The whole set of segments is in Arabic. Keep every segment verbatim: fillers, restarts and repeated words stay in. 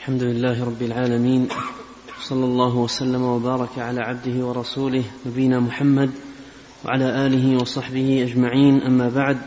الحمد لله رب العالمين، صلى الله وسلم وبارك على عبده ورسوله نبينا محمد وعلى آله وصحبه أجمعين. أما بعد،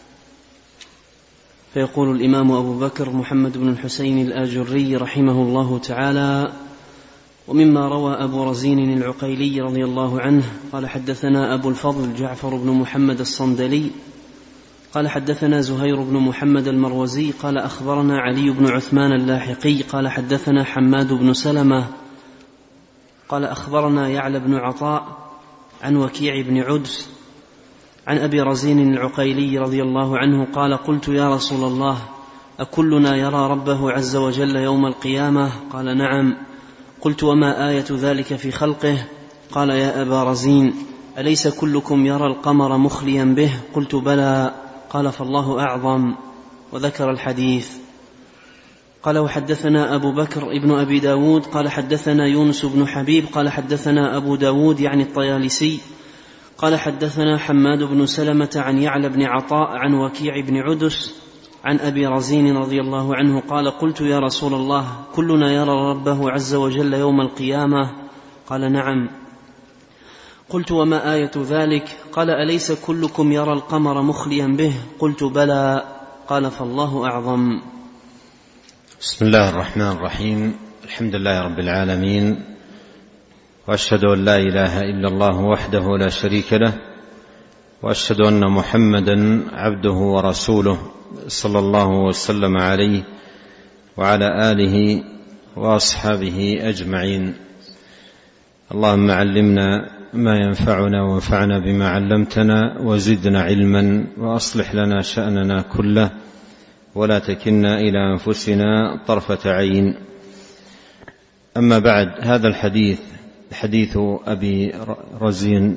فيقول الإمام أبو بكر محمد بن الحسين الآجري رحمه الله تعالى: ومما روى أبو رزين العقيلي رضي الله عنه قال: حدثنا أبو الفضل جعفر بن محمد الصندلي قال: حدثنا زهير بن محمد المروزي قال: أخبرنا علي بن عثمان اللاحقي قال: حدثنا حماد بن سلمة قال: أخبرنا يعلى بن عطاء عن وكيع بن عدس عن أبي رزين العقيلي رضي الله عنه قال: قلت يا رسول الله، أكلنا يرى ربه عز وجل يوم القيامة؟ قال: نعم. قلت: وما آية ذلك في خلقه؟ قال: يا أبا رزين، أليس كلكم يرى القمر مخليا به؟ قلت: بلى. قال: فالله أعظم. وذكر الحديث. قال: وحدثنا أبو بكر ابن أبي داود قال: حدثنا يونس بن حبيب قال: حدثنا أبو داود يعني الطيالسي قال: حدثنا حماد بن سلمة عن يعلى بن عطاء عن وكيع بن عدس عن أبي رزين رضي الله عنه قال: قلت يا رسول الله، كلنا يرى ربه عز وجل يوم القيامة؟ قال: نعم. قلت: وما آية ذلك؟ قال: أليس كلكم يرى القمر مخليا به؟ قلت: بلى. قال: فالله أعظم. بسم الله الرحمن الرحيم. الحمد لله رب العالمين، وأشهد أن لا إله إلا الله وحده لا شريك له، وأشهد أن محمدا عبده ورسوله صلى الله وسلم عليه وعلى آله وأصحابه أجمعين. اللهم علمنا ما ينفعنا وانفعنا بما علمتنا وزدنا علما، وأصلح لنا شأننا كله ولا تكلنا إلى أنفسنا طرفة عين. أما بعد، هذا الحديث حديث أبي رزين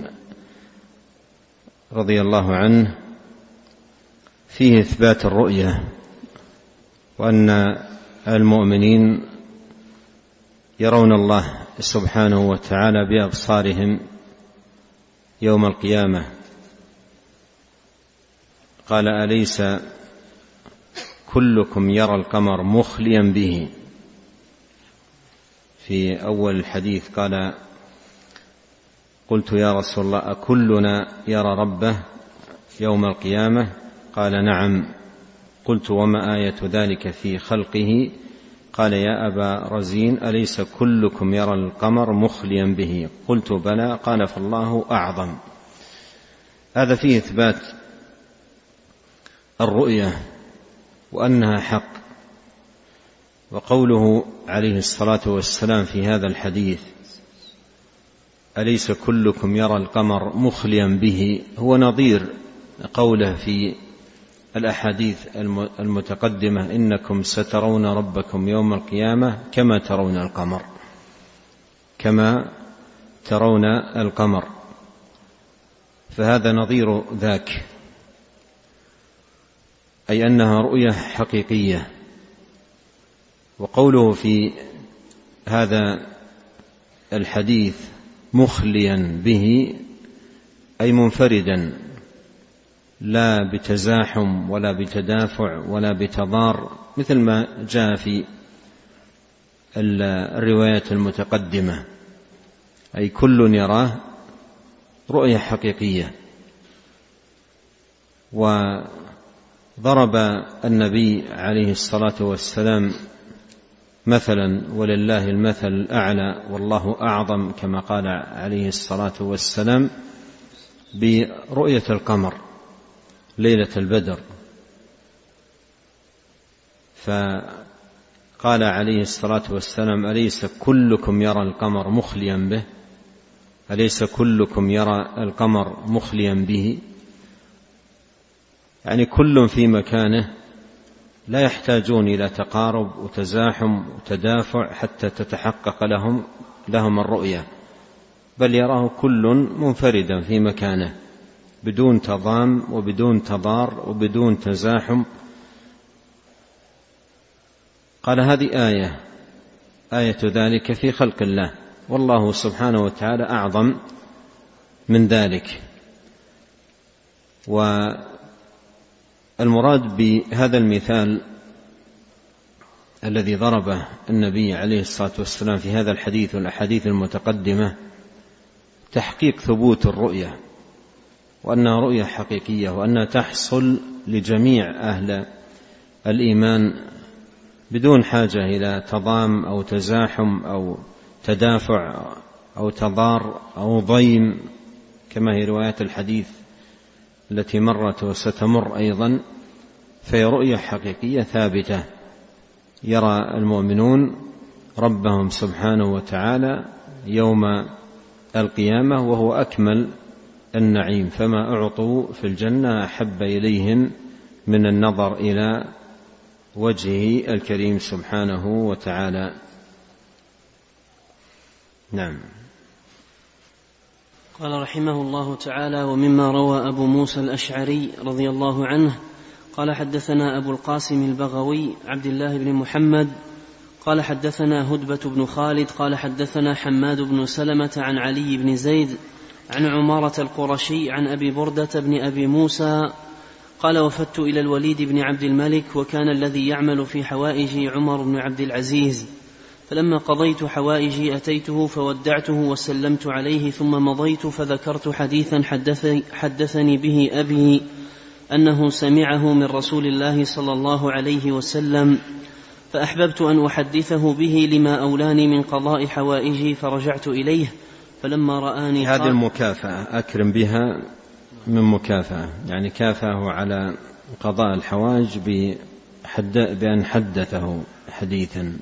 رضي الله عنه فيه إثبات الرؤية، وأن المؤمنين يرون الله سبحانه وتعالى بأبصارهم يوم القيامة. قال: أليس كلكم يرى القمر مخليا به؟ في أول الحديث قال: قلت يا رسول الله، أكلنا يرى ربه يوم القيامة؟ قال: نعم. قلت: وما آية ذلك في خلقه؟ قال: يا أبا رزين، أليس كلكم يرى القمر مخليا به؟ قلت: بلى. قال: فالله أعظم. هذا فيه إثبات الرؤية وأنها حق. وقوله عليه الصلاة والسلام في هذا الحديث: أليس كلكم يرى القمر مخليا به، هو نظير قوله في الأحاديث المتقدمة: إنكم سترون ربكم يوم القيامة كما ترون القمر كما ترون القمر فهذا نظير ذاك، أي أنها رؤية حقيقية. وقوله في هذا الحديث مخليا به، أي منفردا، لا بتزاحم ولا بتدافع ولا بتضار، مثل ما جاء في الروايات المتقدمة، أي كل يراه رؤية حقيقية. وضرب النبي عليه الصلاة والسلام مثلا: ولله المثل الأعلى والله أعظم، كما قال عليه الصلاة والسلام برؤية القمر ليلة البدر. فقال عليه الصلاة والسلام: أليس كلكم يرى القمر مخليا به؟ أليس كلكم يرى القمر مخليا به؟ يعني كل في مكانه، لا يحتاجون إلى تقارب وتزاحم وتدافع حتى تتحقق لهم لهم الرؤية، بل يراه كل منفردا في مكانه بدون تضام وبدون تضار وبدون تزاحم. قال: هذه آية آية ذلك في خلق الله، والله سبحانه وتعالى أعظم من ذلك. والمراد بهذا المثال الذي ضربه النبي عليه الصلاة والسلام في هذا الحديث والأحاديث المتقدمة تحقيق ثبوت الرؤية، وأنها رؤية حقيقية، وأنها تحصل لجميع أهل الإيمان بدون حاجة إلى تضام أو تزاحم أو تدافع أو تضار أو ضيم كما هي روايات الحديث التي مرت وستمر أيضا. فهي رؤية حقيقية ثابتة، يرى المؤمنون ربهم سبحانه وتعالى يوم القيامة وهو أكمل النعيم، فما أعطوا في الجنة أحب إليهم من النظر إلى وجهه الكريم سبحانه وتعالى. نعم. قال رحمه الله تعالى: ومما روى أبو موسى الأشعري رضي الله عنه قال حدثنا أبو القاسم البغوي عبد الله بن محمد قال حدثنا هدبة بن خالد قال حدثنا حماد بن سلمة عن علي بن زيد عن عمارة القرشي عن أبي بردة بن أبي موسى قال: وفدت إلى الوليد بن عبد الملك، وكان الذي يعمل في حوائجي عمر بن عبد العزيز، فلما قضيت حوائجي أتيته فودعته وسلمت عليه، ثم مضيت فذكرت حديثا حدثني به أبي أنه سمعه من رسول الله صلى الله عليه وسلم، فأحببت أن أحدثه به لما أولاني من قضاء حوائجي، فرجعت إليه فلما رآني هذه المكافأة أكرم بها من مكافأة، يعني كافأه على قضاء الحوائج بأن حدثه حديثا.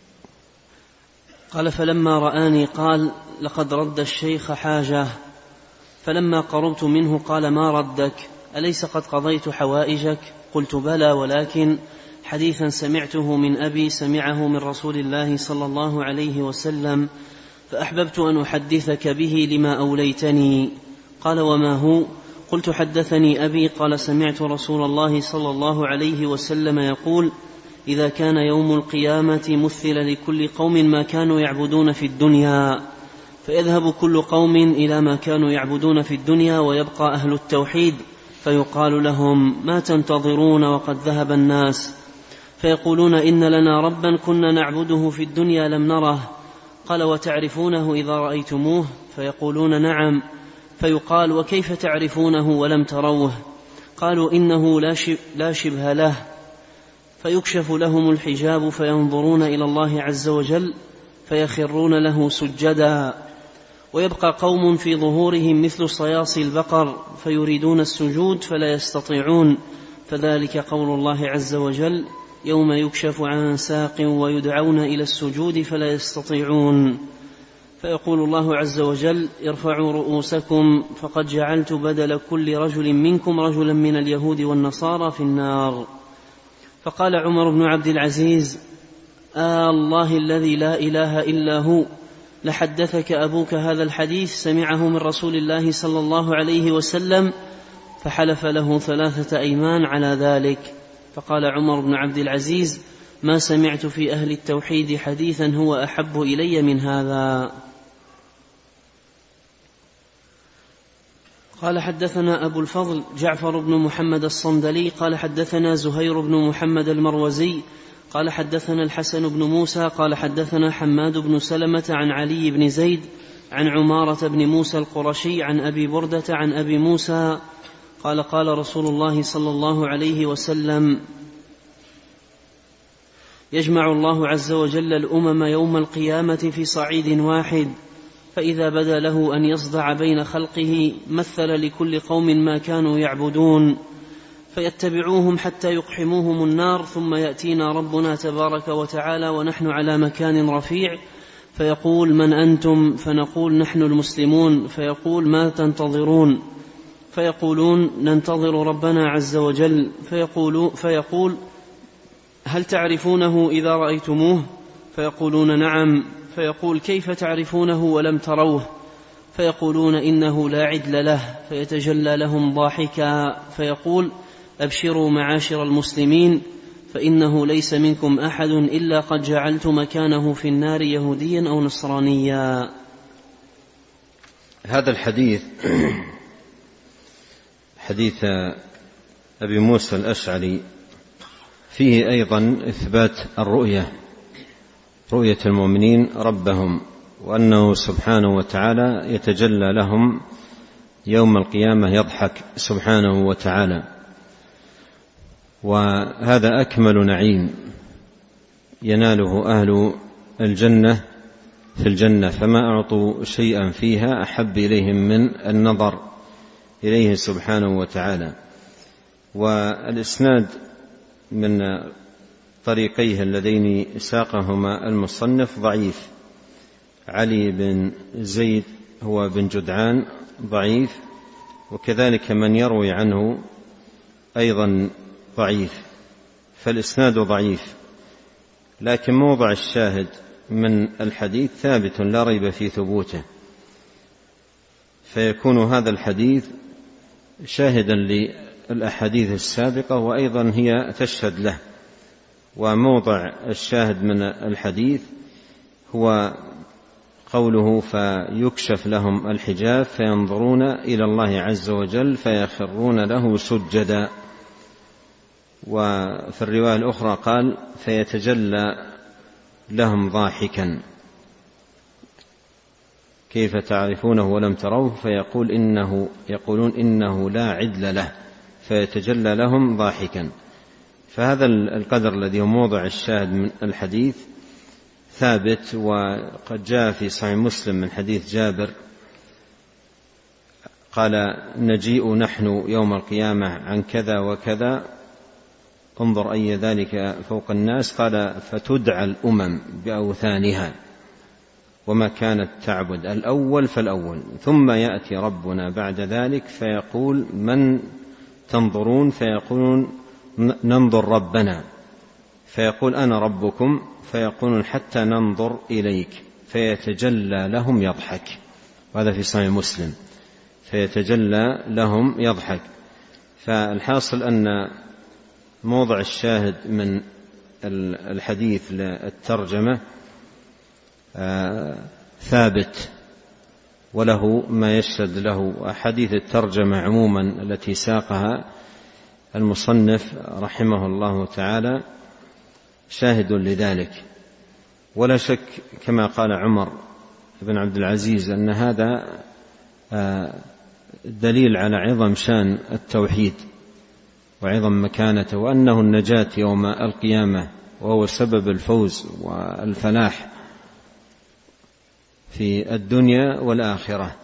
قال: فلما رآني قال: لقد رد الشيخ حاجة. فلما قربت منه قال: ما ردك؟ أليس قد قضيت حوائجك؟ قلت: بلى، ولكن حديثا سمعته من أبي سمعه من رسول الله صلى الله عليه وسلم، فأحببت أن أحدثك به لما أوليتني. قال: وما هو؟ قلت: حدثني أبي قال: سمعت رسول الله صلى الله عليه وسلم يقول: إذا كان يوم القيامة مثل لكل قوم ما كانوا يعبدون في الدنيا، فيذهب كل قوم إلى ما كانوا يعبدون في الدنيا، ويبقى أهل التوحيد، فيقال لهم: ما تنتظرون وقد ذهب الناس؟ فيقولون: إن لنا ربا كنا نعبده في الدنيا لم نره. قال: وتعرفونه إذا رأيتموه؟ فيقولون: نعم. فيقال: وكيف تعرفونه ولم تروه؟ قالوا: إنه لا شبه له. فيكشف لهم الحجاب فينظرون إلى الله عز وجل فيخرون له سجدا، ويبقى قوم في ظهورهم مثل صياصي البقر فيريدون السجود فلا يستطيعون، فذلك قول الله عز وجل: يوم يكشف عن ساق ويدعون إلى السجود فلا يستطيعون. فيقول الله عز وجل: ارفعوا رؤوسكم فقد جعلت بدل كل رجل منكم رجلا من اليهود والنصارى في النار. فقال عمر بن عبد العزيز: آه الله الذي لا إله إلا هو، لحدثك أبوك هذا الحديث سمعه من رسول الله صلى الله عليه وسلم. فحلف له ثلاثة أيمان على ذلك. فقال عمر بن عبد العزيز: ما سمعت في أهل التوحيد حديثا هو أحب إلي من هذا. قال: حدثنا أبو الفضل جعفر بن محمد الصندلي قال حدثنا زهير بن محمد المروزي قال حدثنا الحسن بن موسى قال حدثنا حماد بن سلمة عن علي بن زيد عن عمارة بن موسى القرشي عن أبي بردة عن أبي موسى قال: قال رسول الله صلى الله عليه وسلم: يجمع الله عز وجل الأمم يوم القيامة في صعيد واحد، فإذا بدا له أن يصدع بين خلقه مثل لكل قوم ما كانوا يعبدون، فيتبعوهم حتى يقحموهم النار، ثم يأتينا ربنا تبارك وتعالى ونحن على مكان رفيع، فيقول: من أنتم؟ فنقول: نحن المسلمون. فيقول: ما تنتظرون؟ فيقولون: ننتظر ربنا عز وجل. فيقول, فيقول: هل تعرفونه إذا رأيتموه؟ فيقولون: نعم. فيقول: كيف تعرفونه ولم تروه؟ فيقولون: إنه لا عدل له. فيتجلى لهم ضاحكا فيقول: أبشروا معاشر المسلمين، فإنه ليس منكم أحد إلا قد جعلت مكانه في النار يهوديا أو نصرانيا. هذا الحديث حديث أبي موسى الأشعري فيه أيضا إثبات الرؤية رؤية المؤمنين ربهم، وأنه سبحانه وتعالى يتجلى لهم يوم القيامة يضحك سبحانه وتعالى، وهذا أكمل نعيم يناله أهل الجنة في الجنة، فما أعطوا شيئا فيها أحب إليهم من النظر إليه سبحانه وتعالى. والإسناد من طريقيه اللذين ساقهما المصنف ضعيف. علي بن زيد هو بن جدعان ضعيف، وكذلك من يروي عنه أيضا ضعيف، فالإسناد ضعيف، لكن موضع الشاهد من الحديث ثابت لا ريب في ثبوته، فيكون هذا الحديث شاهدا للأحاديث السابقة وأيضا هي تشهد له. وموضع الشاهد من الحديث هو قوله فيكشف لهم الحجاب فينظرون إلى الله عز وجل فيخرون له سجدا. وفي الرواية الأخرى قال فيتجلى لهم ضاحكا، كيف تعرفونه ولم تروه؟ فيقول إنه يقولون إنه لا عدل له، فيتجلى لهم ضاحكا. فهذا القدر الذي هو موضع الشاهد من الحديث ثابت، وقد جاء في صحيح مسلم من حديث جابر قال نجيء نحن يوم القيامة عن كذا وكذا، انظر أي ذلك فوق الناس، قال فتدعى الأمم بأوثانها وما كانت تعبد الأول فالأول، ثم يأتي ربنا بعد ذلك فيقول من تنظرون؟ فيقولون ننظر ربنا، فيقول أنا ربكم، فيقولون حتى ننظر إليك، فيتجلى لهم يضحك. وهذا في صحيح مسلم، فيتجلى لهم يضحك. فالحاصل أن موضع الشاهد من الحديث للترجمة ثابت وله ما يشهد له. أحاديث الترجمة عموما التي ساقها المصنف رحمه الله تعالى شاهد لذلك، ولا شك كما قال عمر بن عبد العزيز أن هذا دليل على عظم شان التوحيد وعظم مكانته، وأنه النجاة يوم القيامة، وهو سبب الفوز والفلاح في الدنيا والآخرة.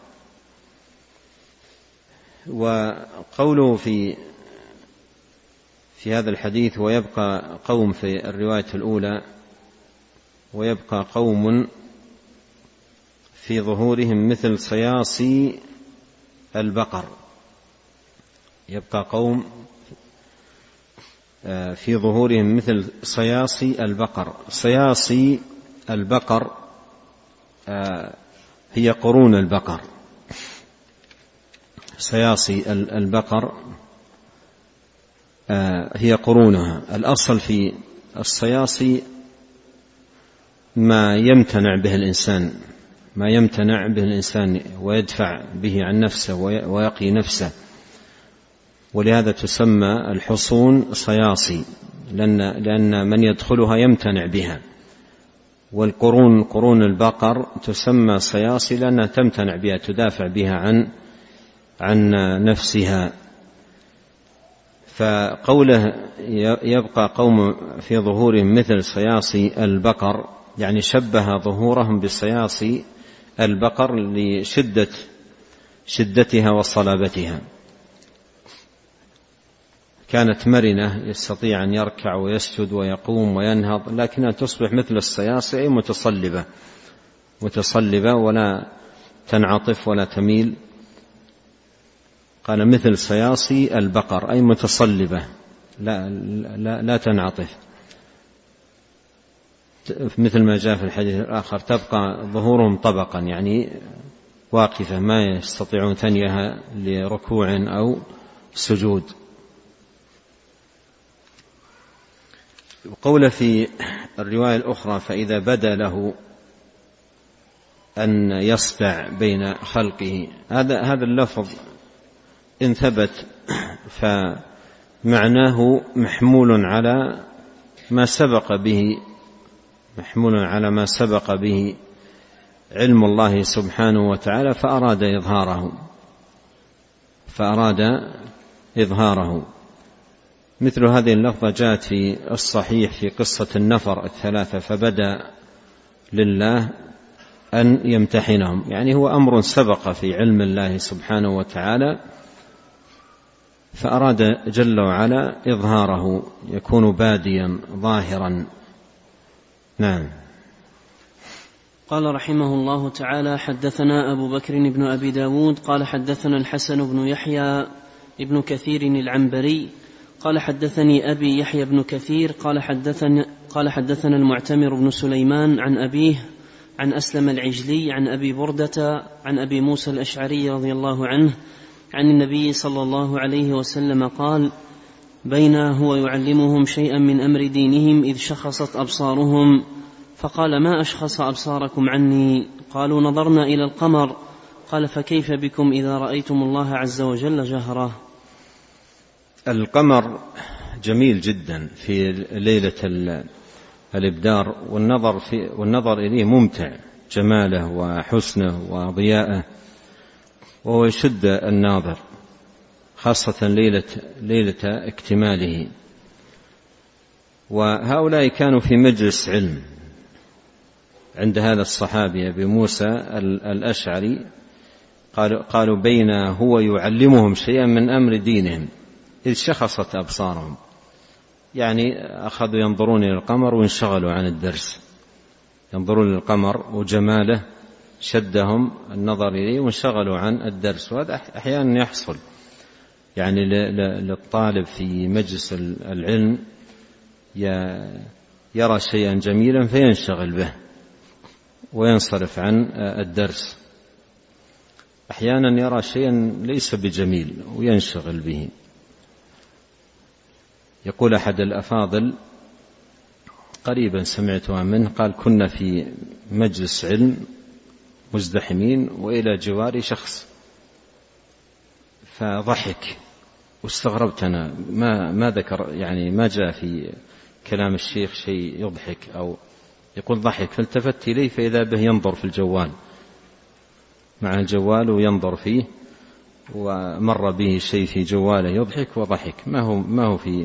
وقوله في في هذا الحديث ويبقى قوم في الرواية الأولى، ويبقى قوم في ظهورهم مثل صياصي البقر، يبقى قوم في ظهورهم مثل صياصي البقر. صياصي البقر هي قرون البقر، صياصي البقر هي قرونها. الأصل في الصياصي ما يمتنع به الإنسان، ما يمتنع به الإنسان ويدفع به عن نفسه ويقي نفسه، ولهذا تسمى الحصون صياصي، لأن, لأن من يدخلها يمتنع بها. والقرون قرون البقر تسمى صياصي لأنها تمتنع بها، تدافع بها عن عن نفسها. فقوله يبقى قوم في ظهورهم مثل صياصي البقر، يعني شبه ظهورهم بصياصي البقر لشدة شدتها وصلابتها. كانت مرنة يستطيع أن يركع ويسجد ويقوم وينهض، لكنها تصبح مثل الصياصي أي متصلبة متصلبة ولا تنعطف ولا تميل. قال مثل صياصي البقر أي متصلبة لا, لا, لا تنعطف، مثل ما جاء في الحديث الآخر تبقى ظهورهم طبقا، يعني واقفة ما يستطيعون ثنيها لركوع أو سجود. وقول في الرواية الأخرى فإذا بدا له أن يصدع بين خلقه، هذا هذا اللفظ إن ثبت فمعناه محمول على ما سبق به محمول على ما سبق به علم الله سبحانه وتعالى فأراد إظهاره فأراد إظهاره مثل هذه اللفظة جاءت في الصحيح في قصة النفر الثلاثة فبدأ لله أن يمتحنهم، يعني هو أمر سبق في علم الله سبحانه وتعالى فأراد جل وعلا إظهاره يكون باديا ظاهرا. نعم. قال رحمه الله تعالى: حدثنا أبو بكر بن أبي داود قال حدثنا الحسن بن يحيى ابن كثير العنبري قال حدثني أبي يحيى بن كثير قال حدثنا, قال حدثنا المعتمر بن سليمان عن أبيه عن أسلم العجلي عن أبي بردة عن أبي موسى الأشعري رضي الله عنه عن النبي صلى الله عليه وسلم قال: بين هو يعلمهم شيئا من أمر دينهم إذ شخصت أبصارهم فقال: ما أشخص أبصاركم عني؟ قالوا: نظرنا إلى القمر. قال: فكيف بكم إذا رأيتم الله عز وجل جهرة؟ القمر جميل جدا في ليلة الإبدار، والنظر, في والنظر إليه ممتع، جماله وحسنه وضياءه، وهو يشد الناظر خاصة ليلة, ليلة اكتماله. وهؤلاء كانوا في مجلس علم عند هذا الصحابي أبي موسى الأشعري، قالوا, قالوا بين هو يعلمهم شيئا من أمر دينهم إذ شخصت أبصارهم، يعني أخذوا ينظرون إلى القمر وانشغلوا عن الدرس، ينظرون للقمر وجماله شدهم النظر إليه وانشغلوا عن الدرس. وهذا أحيانا يحصل يعني للطالب في مجلس العلم يرى شيئا جميلا فينشغل به وينصرف عن الدرس، أحيانا يرى شيئا ليس بجميل وينشغل به. يقول أحد الأفاضل قريبا سمعتها منه قال: كنا في مجلس علم مزدحمين وإلى جواري شخص فضحك واستغربت أنا ما, ما ذكر يعني ما جاء في كلام الشيخ شيء يضحك أو يقول ضحك، فالتفت إليه فإذا به ينظر في الجوال مع الجوال وينظر فيه، ومر به شيء في جواله يضحك وضحك ما هو, ما هو فيه.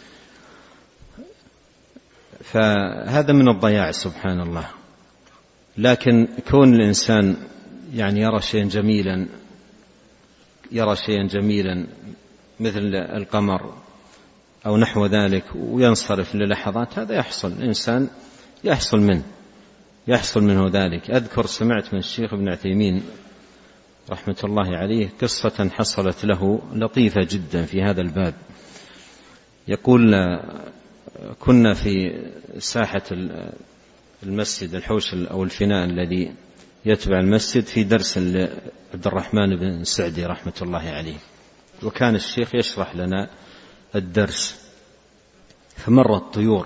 فهذا من الضياع سبحان الله. لكن كون الإنسان يعني يرى شيئا جميلا يرى شيئا جميلا مثل القمر أو نحو ذلك وينصرف للحظات، هذا يحصل الإنسان يحصل منه يحصل منه ذلك. أذكر سمعت من الشيخ ابن عثيمين رحمة الله عليه قصة حصلت له لطيفة جدا في هذا الباب. يقول: كنا في ساحة المسجد الحوش أو الفناء الذي يتبع المسجد في درس عبد الرحمن بن سعدي رحمة الله عليه، وكان الشيخ يشرح لنا الدرس، فمرت طيور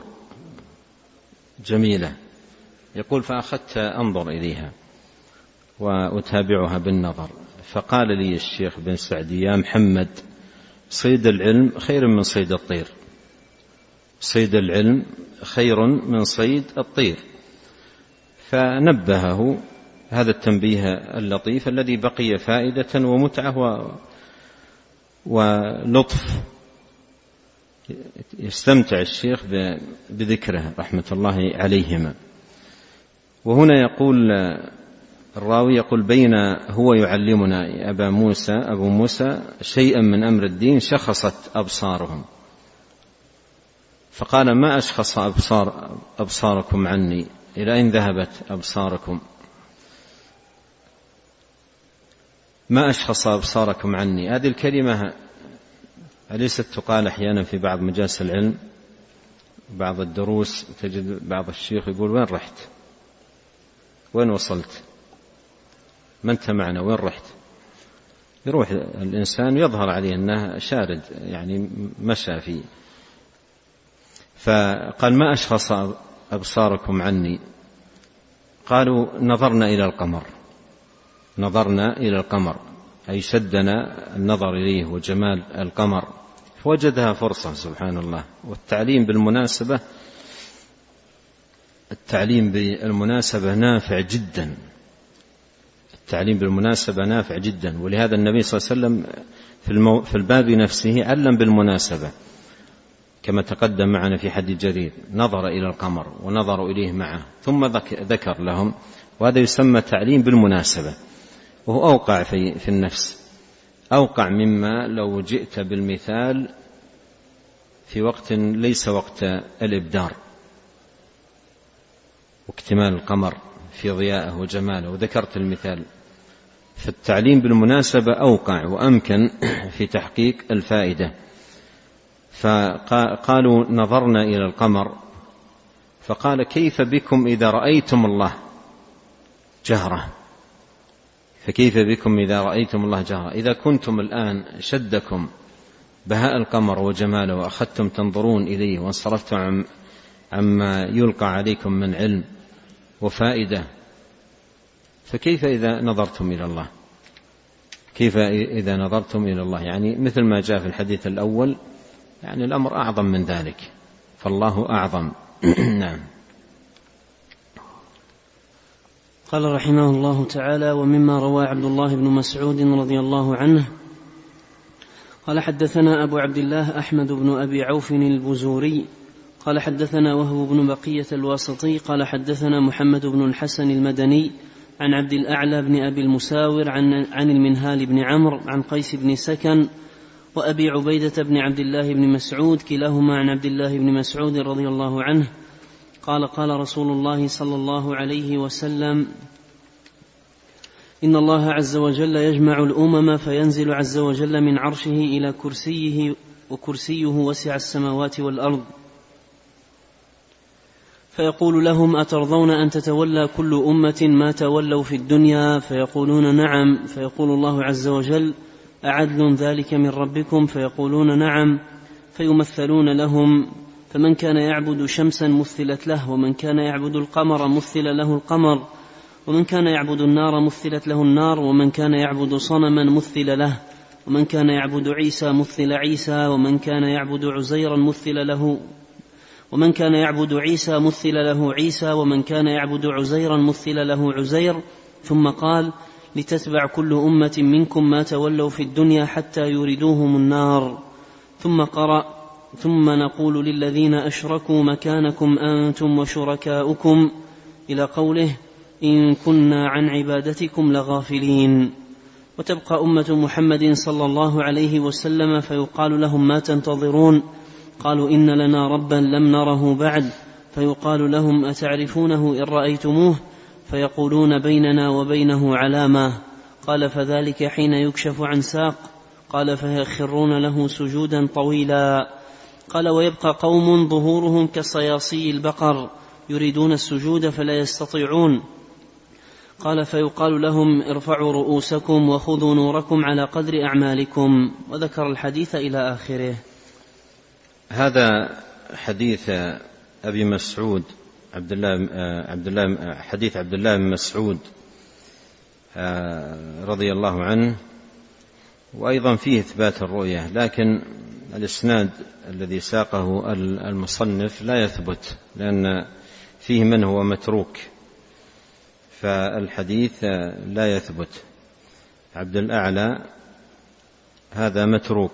جميلة يقول: فأخذت أنظر إليها وأتابعها بالنظر، فقال لي الشيخ بن سعدي: يا محمد، صيد العلم خير من صيد الطير، صيد العلم خير من صيد الطير. فنبهه هذا التنبيه اللطيف الذي بقي فائدة ومتعة ولطف يستمتع الشيخ بذكره رحمة الله عليهما. وهنا يقول الراوي يقول: بين هو يعلمنا أبا موسى أبو موسى شيئا من أمر الدين شخصت أبصارهم، فقال: ما أشخص أبصار أبصاركم عني؟ إلى أين ذهبت أبصاركم؟ ما أشخص أبصاركم عني، هذه الكلمة أليست تقال أحيانا في بعض مجالس العلم، بعض الدروس تجد بعض الشيخ يقول: وين رحت؟ وين وصلت؟ ما أنت معنا؟ وين رحت؟ يروح الإنسان يظهر عليه أنه شارد يعني مشى فيه. فقال: ما أشخص أبصاركم عني؟ قالوا: نظرنا إلى القمر، نظرنا إلى القمر، أي شدنا النظر إليه وجمال القمر، فوجدها فرصة سبحان الله. والتعليم بالمناسبة التعليم بالمناسبة نافع جدا، التعليم بالمناسبة نافع جدا، ولهذا النبي صلى الله عليه وسلم في, المو... في الباب نفسه علم بالمناسبة كما تقدم معنا في حديث جرير، نظر إلى القمر ونظروا إليه معه ثم ذكر لهم، وهذا يسمى تعليم بالمناسبة، وهو أوقع في, في النفس، أوقع مما لو جئت بالمثال في وقت ليس وقت الإبدار واكتمال القمر في ضيائه وجماله وذكرت المثال. فالتعليم بالمناسبة أوقع وأمكن في تحقيق الفائدة. فقالوا نظرنا إلى القمر، فقال كيف بكم إذا رأيتم الله جهرة، فكيف بكم إذا رأيتم الله جهرة، إذا كنتم الآن شدكم بهاء القمر وجماله وأخذتم تنظرون إليه وانصرفتم عما يلقى عليكم من علم وفائدة، فكيف إذا نظرتم إلى الله، كيف إذا نظرتم إلى الله، يعني مثل ما جاء في الحديث الأول، يعني الأمر أعظم من ذلك، فالله أعظم. نعم. قال رحمه الله تعالى: ومما روى عبد الله بن مسعود رضي الله عنه قال حدثنا أبو عبد الله أحمد بن أبي عوف البزوري قال حدثنا وهب بن بقية الواسطي قال حدثنا محمد بن الحسن المدني عن عبد الأعلى بن أبي المساور عن, عن المنهال بن عمرو عن قيس بن سكن وأبي عبيدة بن عبد الله بن مسعود كلاهما عن عبد الله بن مسعود رضي الله عنه قال قال رسول الله صلى الله عليه وسلم: إن الله عز وجل يجمع الأمم فينزل عز وجل من عرشه إلى كرسيه وكرسيه وسع السماوات والأرض، فيقول لهم: أترضون أن تتولى كل أمة ما تولوا في الدنيا؟ فيقولون: نعم. فيقول الله عز وجل: أعدل ذلك من ربكم؟ فيقولون: نعم. فيمثلون لهم، فمن كان يعبد شمسا مثلت له، ومن كان يعبد القمر مثل له القمر، ومن كان يعبد النار مثلت له النار، ومن كان يعبد صنما مثل له، ومن كان يعبد عيسى مثل عيسى، ومن كان يعبد عزيرا مثل له ومن كان يعبد عيسى مثل له عيسى، ومن كان يعبد عزيرا مثل له عزير. ثم قال: لتتبع كل أمة منكم ما تولوا في الدنيا حتى يوردوهم النار. ثم قرأ: ثم نقول للذين أشركوا مكانكم أنتم وشركاؤكم إلى قوله: إن كنا عن عبادتكم لغافلين. وتبقى أمة محمد صلى الله عليه وسلم، فيقال لهم: ما تنتظرون؟ قالوا: إن لنا ربا لم نره بعد. فيقال لهم: أتعرفونه إن رأيتموه؟ فيقولون: بيننا وبينه علامة. قال: فذلك حين يكشف عن ساق. قال: فيخرون له سجودا طويلا. قال: ويبقى قوم ظهورهم كصياصي البقر يريدون السجود فلا يستطيعون. قال: فيقال لهم: ارفعوا رؤوسكم وخذوا نوركم على قدر أعمالكم. وذكر الحديث إلى آخره. هذا حديث أبي مسعود عبد الله عبد الله حديث عبد الله بن مسعود رضي الله عنه، وأيضا فيه إثبات الرؤية، لكن الإسناد الذي ساقه المصنف لا يثبت، لأن فيه من هو متروك، فالحديث لا يثبت. عبد الأعلى هذا متروك،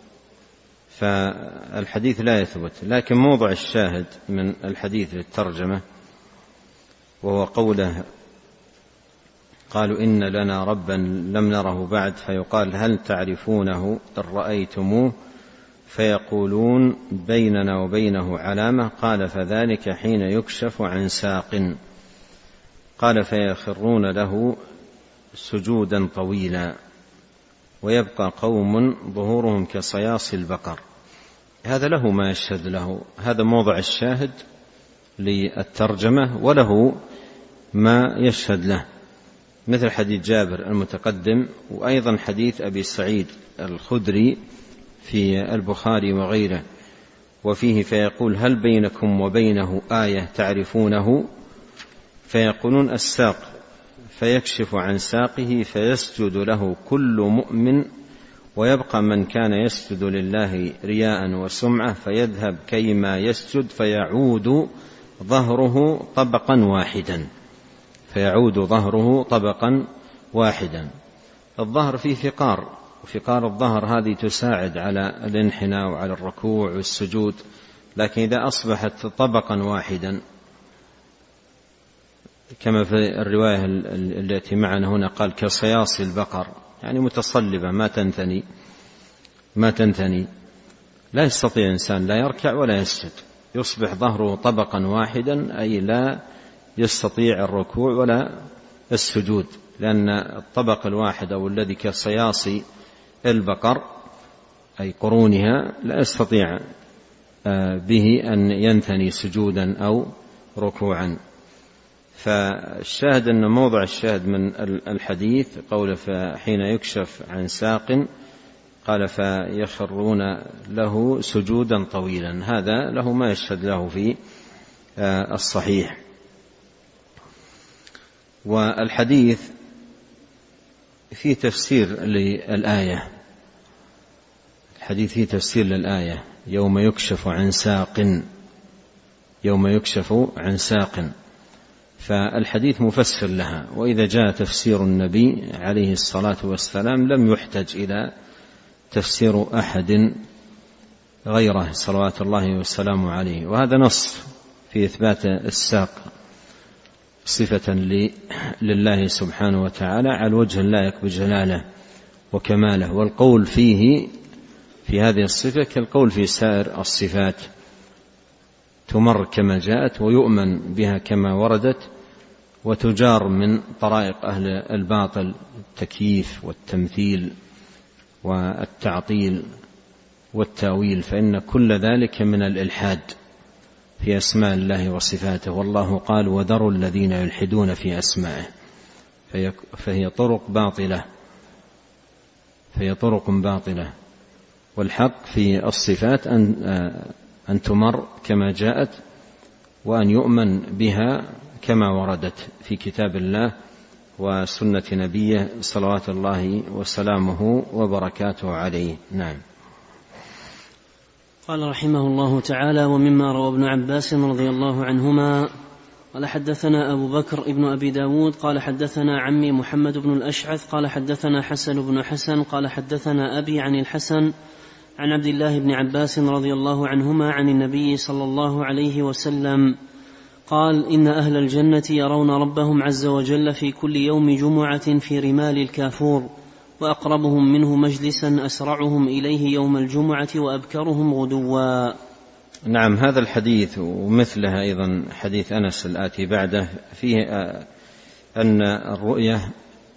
فالحديث لا يثبت. لكن موضع الشاهد من الحديث للترجمة وهو قوله: قالوا إن لنا ربا لم نره بعد، فيقال: هل تعرفونه إن رأيتموه؟ فيقولون: بيننا وبينه علامة. قال: فذلك حين يكشف عن ساق. قال: فيخرون له سجودا طويلا. ويبقى قوم ظهورهم كصياص البقر. هذا له ما يشهد له، هذا موضع الشاهد للترجمة، وله ما يشهد له، مثل حديث جابر المتقدم، وأيضا حديث أبي سعيد الخدري في البخاري وغيره، وفيه: فيقول: هل بينكم وبينه آية تعرفونه؟ فيقولون: الساق. فيكشف عن ساقه فيسجد له كل مؤمن، ويبقى من كان يسجد لله رياء وسمعة، فيذهب كيما يسجد فيعود ظهره طبقا واحدا، فيعود ظهره طبقا واحدا. الظهر فيه فقار، وفقار الظهر هذه تساعد على الانحناء وعلى الركوع والسجود، لكن إذا أصبحت طبقا واحدا كما في الرواية التي معنا هنا قال كصياص البقر، يعني متصلبة ما تنثني ما تنثني لا يستطيع إنسان لا يركع ولا يسجد، يصبح ظهره طبقا واحدا أي لا يستطيع الركوع ولا السجود، لأن الطبق الواحد أو الذي كصياص البقر أي قرونها لا يستطيع به أن ينثني سجودا أو ركوعا. فالشاهد أن موضع الشاهد من الحديث قوله حين يكشف عن ساق قال فيخرون له سجودا طويلا، هذا له ما يشهد له في الصحيح. والحديث في تفسير للآية، الحديث فيه تفسير للآية يوم يكشف عن ساق، يوم يكشف عن ساق، فالحديث مفسر لها. وإذا جاء تفسير النبي عليه الصلاة والسلام لم يحتج إلى تفسير أحد غيره صلوات الله والسلام عليه، وهذا نص في إثبات الساق صفة لله سبحانه وتعالى على الوجه اللائق بجلاله وكماله، والقول فيه في هذه الصفة كالقول في سائر الصفات، تمر كما جاءت ويؤمن بها كما وردت، وتجار من طرائق أهل الباطل التكييف والتمثيل والتعطيل والتأويل، فإن كل ذلك من الإلحاد في أسماء الله وصفاته. والله قال وذروا الذين يلحدون في أسمائه، فهي طرق باطلة فهي طرق باطلة والحق في الصفات أن أن تمر كما جاءت، وأن يؤمن بها كما وردت في كتاب الله وسنة نبيه صلوات الله وسلامه وبركاته عليه. نعم. قال رحمه الله تعالى: ومما روى ابن عباس رضي الله عنهما قال حدثنا أبو بكر ابن أبي داود قال حدثنا عمي محمد بن الأشعث قال حدثنا حسن بن حسن قال حدثنا أبي عن الحسن عن عبد الله بن عباس رضي الله عنهما عن النبي صلى الله عليه وسلم قال: إن أهل الجنة يرون ربهم عز وجل في كل يوم جمعة في رمال الكافور، وأقربهم منه مجلسا أسرعهم إليه يوم الجمعة وأبكرهم غدوا. نعم. هذا الحديث ومثلها أيضا حديث أنس الآتي بعده فيه أن الرؤية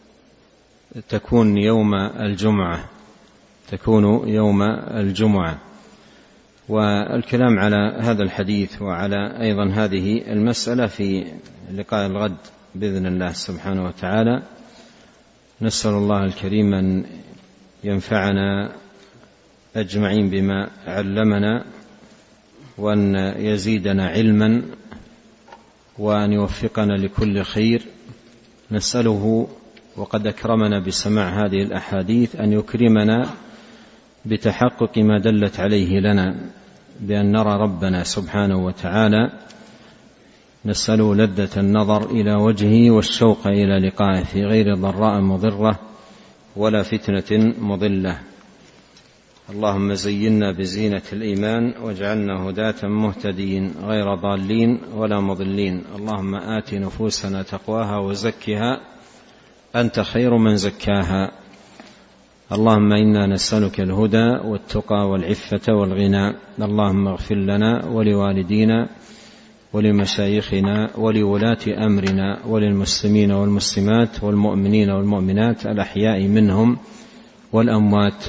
تكون يوم الجمعة تكون يوم الجمعة والكلام على هذا الحديث وعلى أيضا هذه المسألة في لقاء الغد بإذن الله سبحانه وتعالى. نسأل الله الكريم أن ينفعنا أجمعين بما علمنا، وأن يزيدنا علما، وأن يوفقنا لكل خير. نسأله وقد أكرمنا بسماع هذه الأحاديث أن يكرمنا بتحقق ما دلت عليه لنا بأن نرى ربنا سبحانه وتعالى. نسأله لذة النظر إلى وجهه والشوق إلى لقائه في غير ضراء مضرة ولا فتنة مضلة. اللهم زينا بزينة الإيمان واجعلنا هداة مهتدين غير ضالين ولا مضلين. اللهم آت نفوسنا تقواها وزكها أنت خير من زكاها. اللهم إنا نسألك الهدى والتقى والعفة والغنى. اللهم اغفر لنا ولوالدينا ولمشايخنا ولولاة أمرنا وللمسلمين والمسلمات والمؤمنين والمؤمنات الأحياء منهم والأموات.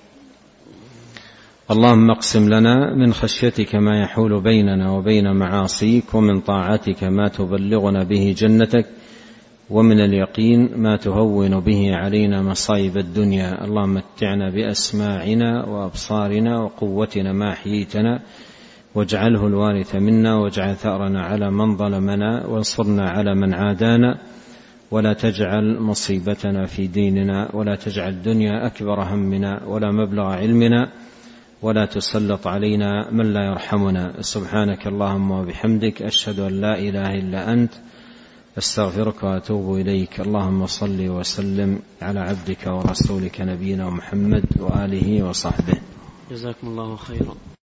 اللهم اقسم لنا من خشيتك ما يحول بيننا وبين معاصيك، ومن طاعتك ما تبلغنا به جنتك، ومن اليقين ما تهون به علينا مصائب الدنيا. اللهم متعنا بأسماعنا وأبصارنا وقوتنا ما أحييتنا، واجعله الوارث منا، واجعل ثأرنا على من ظلمنا، وانصرنا على من عادانا، ولا تجعل مصيبتنا في ديننا، ولا تجعل الدنيا أكبر همنا ولا مبلغ علمنا، ولا تسلط علينا من لا يرحمنا. سبحانك اللهم وبحمدك، أشهد أن لا إله إلا أنت، أستغفرك وأتوب إليك. اللهم صل وسلم على عبدك ورسولك نبينا محمد وآله وصحبه. جزاكم الله خيرا.